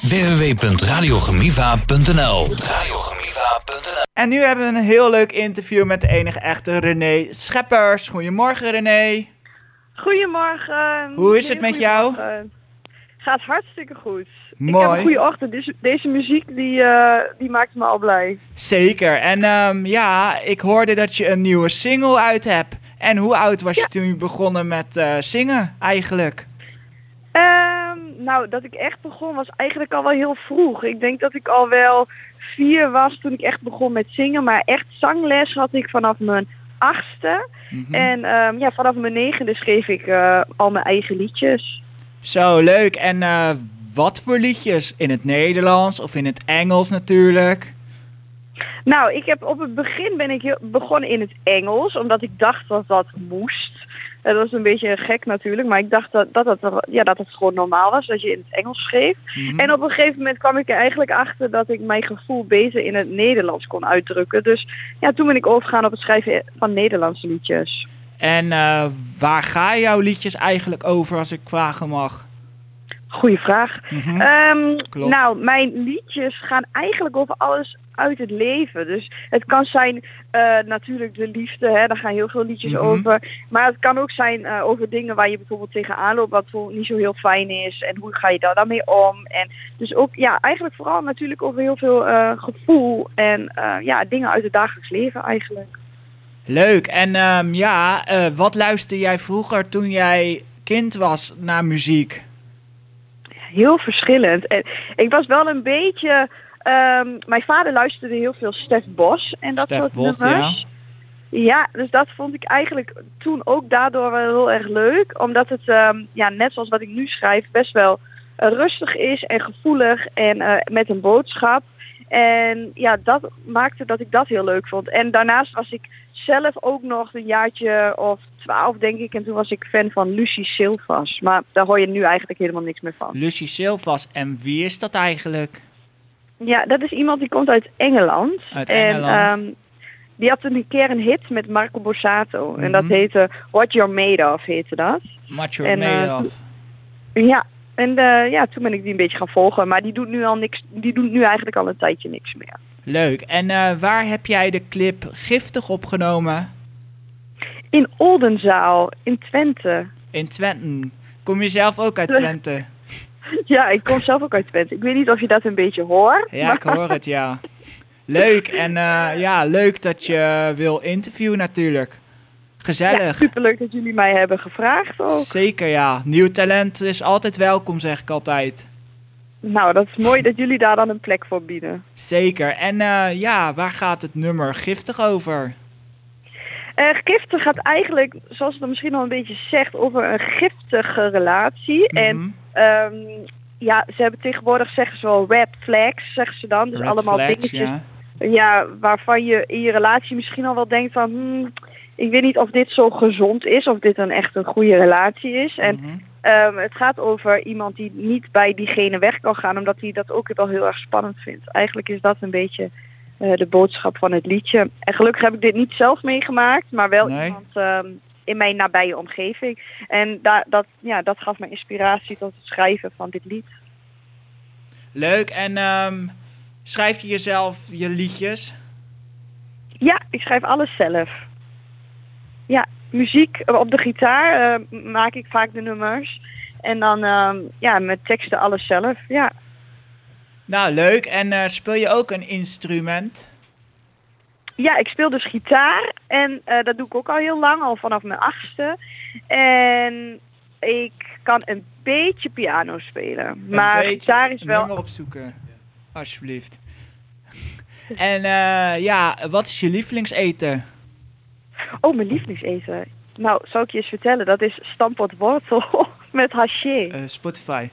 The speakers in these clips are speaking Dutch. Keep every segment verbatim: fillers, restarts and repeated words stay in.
w w w punt radiogemiva punt n l radiogemiva punt n l. En nu hebben we een heel leuk interview met de enige echte René Scheppers. Goedemorgen René. Goedemorgen. Hoe is het met jou? Gaat hartstikke goed. Mooi. Ik heb een goede ochtend. Deze, deze muziek die, uh, die maakt me al blij. Zeker. En um, ja, ik hoorde dat je een nieuwe single uit hebt. En hoe oud was je ja. toen je begonnen met uh, zingen eigenlijk? Um, nou, dat ik echt begon was eigenlijk al wel heel vroeg. Ik denk dat ik al wel vier was toen ik echt begon met zingen. Maar echt zangles had ik vanaf mijn achtste. Mm-hmm. En um, ja, vanaf mijn negende schreef ik uh, al mijn eigen liedjes. Zo, leuk. En uh, wat voor liedjes? In het Nederlands of in het Engels natuurlijk? Nou, ik heb op het begin ben ik heel, begonnen in het Engels, omdat ik dacht dat dat moest. Dat was een beetje gek natuurlijk, maar ik dacht dat dat, dat, ja, dat het gewoon normaal was, dat je in het Engels schreef. Mm-hmm. En op een gegeven moment kwam ik er eigenlijk achter dat ik mijn gevoel beter in het Nederlands kon uitdrukken. Dus ja, toen ben ik overgegaan op het schrijven van Nederlandse liedjes. En uh, waar gaan jouw liedjes eigenlijk over, als ik vragen mag? Goeie vraag. Mm-hmm. Um, nou, mijn liedjes gaan eigenlijk over alles uit het leven. Dus het kan zijn uh, natuurlijk de liefde, hè, daar gaan heel veel liedjes mm-hmm. over. Maar het kan ook zijn uh, over dingen waar je bijvoorbeeld tegenaan loopt, wat bijvoorbeeld niet zo heel fijn is. En hoe ga je daar dan mee om? En dus ook, ja, eigenlijk vooral natuurlijk over heel veel uh, gevoel en uh, ja, dingen uit het dagelijks leven eigenlijk. Leuk. En um, ja, uh, wat luisterde jij vroeger toen jij kind was naar muziek? Heel verschillend. En ik was wel een beetje... Um, mijn vader luisterde heel veel Stef Bos en dat Stef soort Bos, nummers. Ja. ja, dus dat vond ik eigenlijk toen ook daardoor wel heel erg leuk. Omdat het, um, ja, net zoals wat ik nu schrijf, best wel uh, rustig is en gevoelig en uh, met een boodschap. En ja, dat maakte dat ik dat heel leuk vond. En daarnaast was ik zelf ook nog een jaartje of twaalf, denk ik. En toen was ik fan van Lucie Silvas. Maar daar hoor je nu eigenlijk helemaal niks meer van. Lucie Silvas. En wie is dat eigenlijk? Ja, dat is iemand die komt uit Engeland. Uit Engeland. En um, die had een keer een hit met Marco Borsato. Mm-hmm. En dat heette What You're Made Of, heette dat. What You're en, Made uh, Of. Ja. En uh, ja, toen ben ik die een beetje gaan volgen. Maar die doet nu al niks. Die doet nu eigenlijk al een tijdje niks meer. Leuk. En uh, waar heb jij de clip Giftig opgenomen? In Oldenzaal, in Twente. In Twente. Kom je zelf ook uit Twente? Ja, ik kom zelf ook uit Twente. Ik weet niet of je dat een beetje hoort. Ja, maar... ik hoor het, ja. Leuk. En uh, ja, leuk dat je wil interviewen natuurlijk. Gezellig. Ja, superleuk dat jullie mij hebben gevraagd ook. Zeker, ja. Nieuw talent is altijd welkom, zeg ik altijd. Nou, dat is mooi dat jullie daar dan een plek voor bieden. Zeker. En uh, ja, waar gaat het nummer Giftig over? Uh, giftig gaat eigenlijk, zoals het er misschien al een beetje zegt, over een giftige relatie. Mm-hmm. En um, ja, ze hebben tegenwoordig, zeggen ze wel, red flags, zeggen ze dan. Dus red allemaal flags, dingetjes ja. Ja, waarvan je in je relatie misschien al wel denkt van... Hmm, ik weet niet of dit zo gezond is, of dit een echt een goede relatie is. En mm-hmm. um, het gaat over iemand die niet bij diegene weg kan gaan, omdat hij dat ook wel heel erg spannend vindt. Eigenlijk is dat een beetje uh, de boodschap van het liedje. En gelukkig heb ik dit niet zelf meegemaakt, maar wel nee. iemand um, in mijn nabije omgeving. En da- dat, ja, dat gaf me inspiratie tot het schrijven van dit lied. Leuk. En um, schrijf je jezelf je liedjes? Ja, ik schrijf alles zelf. Ja, muziek op de gitaar uh, maak ik vaak de nummers. En dan uh, ja, met teksten alles zelf, ja. Nou, leuk. En uh, speel je ook een instrument? Ja, ik speel dus gitaar. En uh, dat doe ik ook al heel lang, al vanaf mijn achtste. En ik kan een beetje piano spelen. Een maar beetje, gitaar is wel... Een nummer opzoeken, alsjeblieft. En uh, ja, wat is je lievelingseten? Oh, mijn lievelingseten. Nou, zou ik je eens vertellen. Dat is stampot wortel met haché. Uh, Spotify.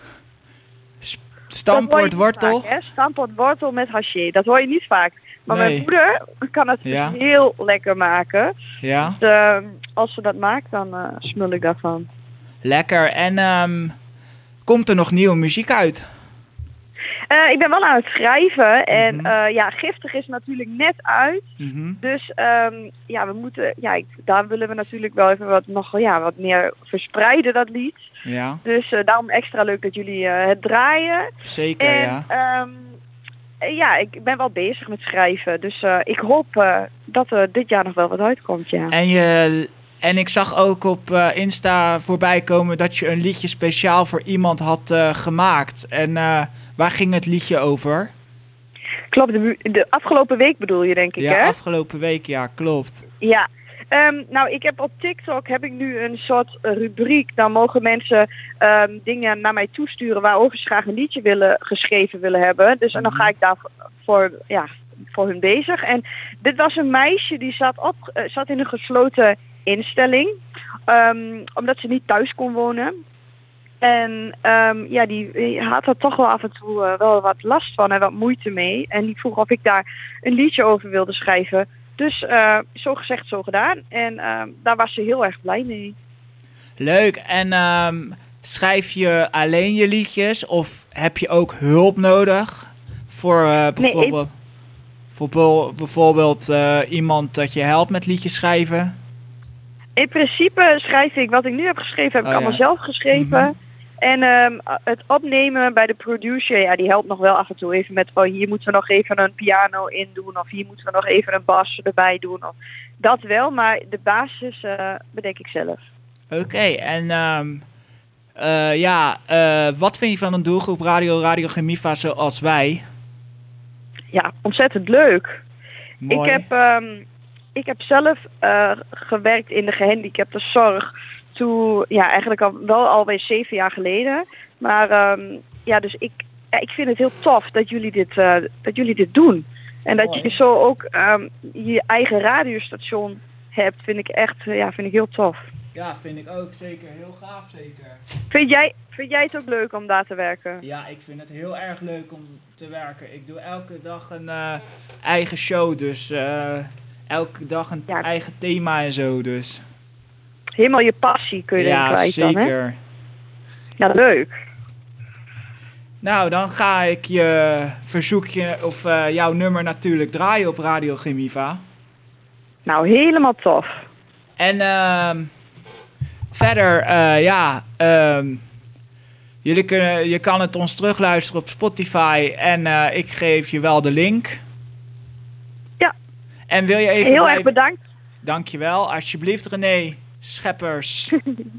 Sp- stampot wortel? Vaak, stampot wortel met haché. Dat hoor je niet vaak. Maar nee. Mijn moeder kan het ja. heel lekker maken. Ja. Dus uh, als ze dat maakt, dan uh, smul ik daarvan. Lekker. En um, komt er nog nieuwe muziek uit? Uh, ik ben wel aan het schrijven en Mhm. uh, ja, Giftig is natuurlijk net uit. Mhm. Dus um, ja, we moeten, ja, ik, daar willen we natuurlijk wel even wat, nog, ja, wat meer verspreiden, dat lied. Ja, Dus uh, daarom extra leuk dat jullie uh, het draaien. zeker, En ja. um, ja, ik ben wel bezig met schrijven. Dus uh, ik hoop uh, dat er dit jaar nog wel wat uitkomt, ja. En, je, en ik zag ook op uh, Insta voorbij komen dat je een liedje speciaal voor iemand had uh, gemaakt. En uh, waar ging het liedje over? Klopt, de, de afgelopen week bedoel je, denk ik, ja, hè? afgelopen week, ja, klopt. Ja. Um, nou, ik heb op TikTok heb ik nu een soort rubriek. Dan mogen mensen um, dingen naar mij toesturen waarover ze graag een liedje willen, geschreven willen hebben. Dus en dan ga ik daar voor, ja, voor hun bezig. En dit was een meisje die zat, op, uh, zat in een gesloten instelling. Um, omdat ze niet thuis kon wonen. En um, ja, die, die had er toch wel af en toe uh, wel wat last van en wat moeite mee. En die vroeg of ik daar een liedje over wilde schrijven. Dus uh, zo gezegd, zo gedaan. En uh, daar was ze heel erg blij mee. Leuk. En um, schrijf je alleen je liedjes of heb je ook hulp nodig? Voor uh, bijvoorbeeld, nee, ik... voor bijvoorbeeld uh, iemand dat je helpt met liedjes schrijven? In principe schrijf ik wat ik nu heb geschreven, heb oh, ik allemaal ja. zelf geschreven. Mm-hmm. En um, het opnemen bij de producer, ja, die helpt nog wel af en toe even met, oh, hier moeten we nog even een piano in doen, of hier moeten we nog even een bas erbij doen. Of, dat wel, maar de basis uh, bedenk ik zelf. Oké, okay, en um, uh, ja, uh, wat vind je van een doelgroep Radio, Radio Gemiva zoals wij? Ja, ontzettend leuk. Mooi. Ik heb, um, ik heb zelf uh, gewerkt in de gehandicaptenzorg. Toen, ja, eigenlijk al wel alweer zeven jaar geleden. Maar um, ja, dus ik, ja, ik vind het heel tof dat jullie dit, uh, dat jullie dit doen. En dat Mooi. je zo ook um, je eigen radiostation hebt, vind ik echt, uh, ja, vind ik heel tof. Ja, vind ik ook zeker. Heel gaaf zeker. Vind jij, vind jij het ook leuk om daar te werken? Ja, ik vind het heel erg leuk om te werken. Ik doe elke dag een uh, eigen show, dus uh, elke dag een ja. eigen thema en zo, dus... Helemaal je passie kun je ja, erin kwijt dan, hè? Ja, zeker. Ja, leuk. Nou, dan ga ik je verzoekje, of uh, jouw nummer natuurlijk draaien op Radio Gemiva. Nou, helemaal tof. En uh, verder, uh, ja, uh, jullie kunnen, je kan het ons terugluisteren op Spotify en uh, ik geef je wel de link. Ja. En wil je even... Heel blijven... erg bedankt. Dankjewel, alsjeblieft René. Scheppers.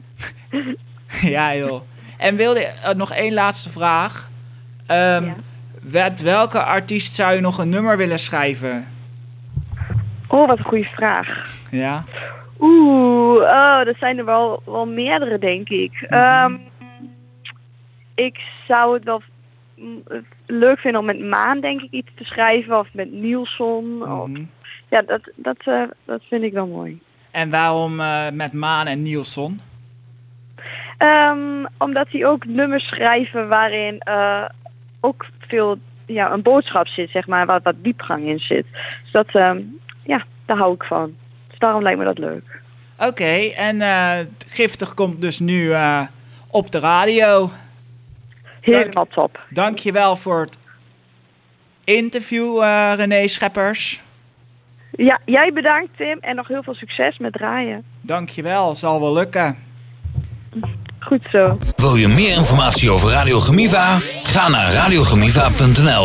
Ja joh. En wilde uh, nog één laatste vraag. Um, ja. Met welke artiest zou je nog een nummer willen schrijven? Oh, wat een goede vraag. Ja? Oeh, oh, dat zijn er wel, wel meerdere, denk ik. Mm-hmm. Um, ik zou het wel leuk vinden om met Maan, denk ik, iets te schrijven. Of met Nielson. Mm-hmm. Of, ja, dat, dat, uh, dat vind ik wel mooi. En waarom uh, met Maan en Nielson? Um, omdat die ook nummers schrijven waarin uh, ook veel, ja, een boodschap zit, zeg maar, waar wat diepgang in zit. Dus dat, um, ja, daar hou ik van. Dus daarom lijkt me dat leuk. Oké, okay, en uh, Giftig komt dus nu uh, op de radio. Helemaal Dank, top. Dankjewel voor het interview, uh, René Scheppers. Ja, jij bedankt, Tim. En nog heel veel succes met draaien. Dankjewel, zal wel lukken. Goed zo. Wil je meer informatie over Radio Gemiva? Ga naar radio gemiva punt n l.